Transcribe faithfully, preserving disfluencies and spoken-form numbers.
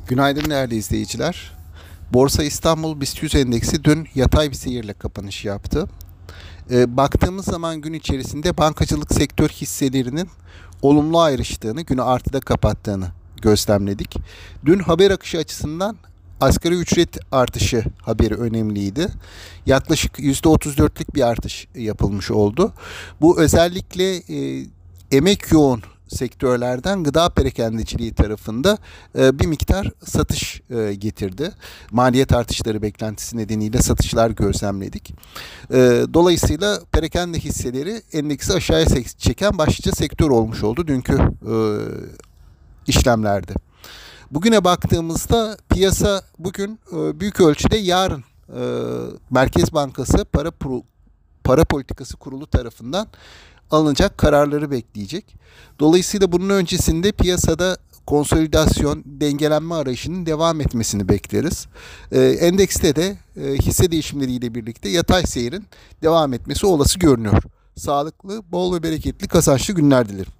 Günaydın değerli izleyiciler. Borsa İstanbul BIST yüz endeksi dün yatay bir seyirle kapanış yaptı. E, baktığımız zaman gün içerisinde bankacılık sektör hisselerinin olumlu ayrıştığını, günü artıda kapattığını gözlemledik. Dün haber akışı açısından asgari ücret artışı haberi önemliydi. Yaklaşık yüzde otuz dörtlük bir artış yapılmış oldu. Bu özellikle e, emek yoğun sektörlerden gıda perakendeciliği tarafında e, bir miktar satış e, getirdi. Maliyet artışları beklentisi nedeniyle satışlar gözlemledik. E, dolayısıyla perakende hisseleri endeksi aşağıya çeken başlıca sektör olmuş oldu dünkü e, işlemlerde. Bugüne baktığımızda piyasa bugün e, büyük ölçüde yarın e, Merkez Bankası para para politikası kurulu tarafından alınacak kararları bekleyecek. Dolayısıyla bunun öncesinde piyasada konsolidasyon, dengelenme arayışının devam etmesini bekleriz. Ee, endekste de e, hisse değişimleriyle birlikte yatay seyrin devam etmesi olası görünüyor. Sağlıklı, bol ve bereketli kazançlı günler dilerim.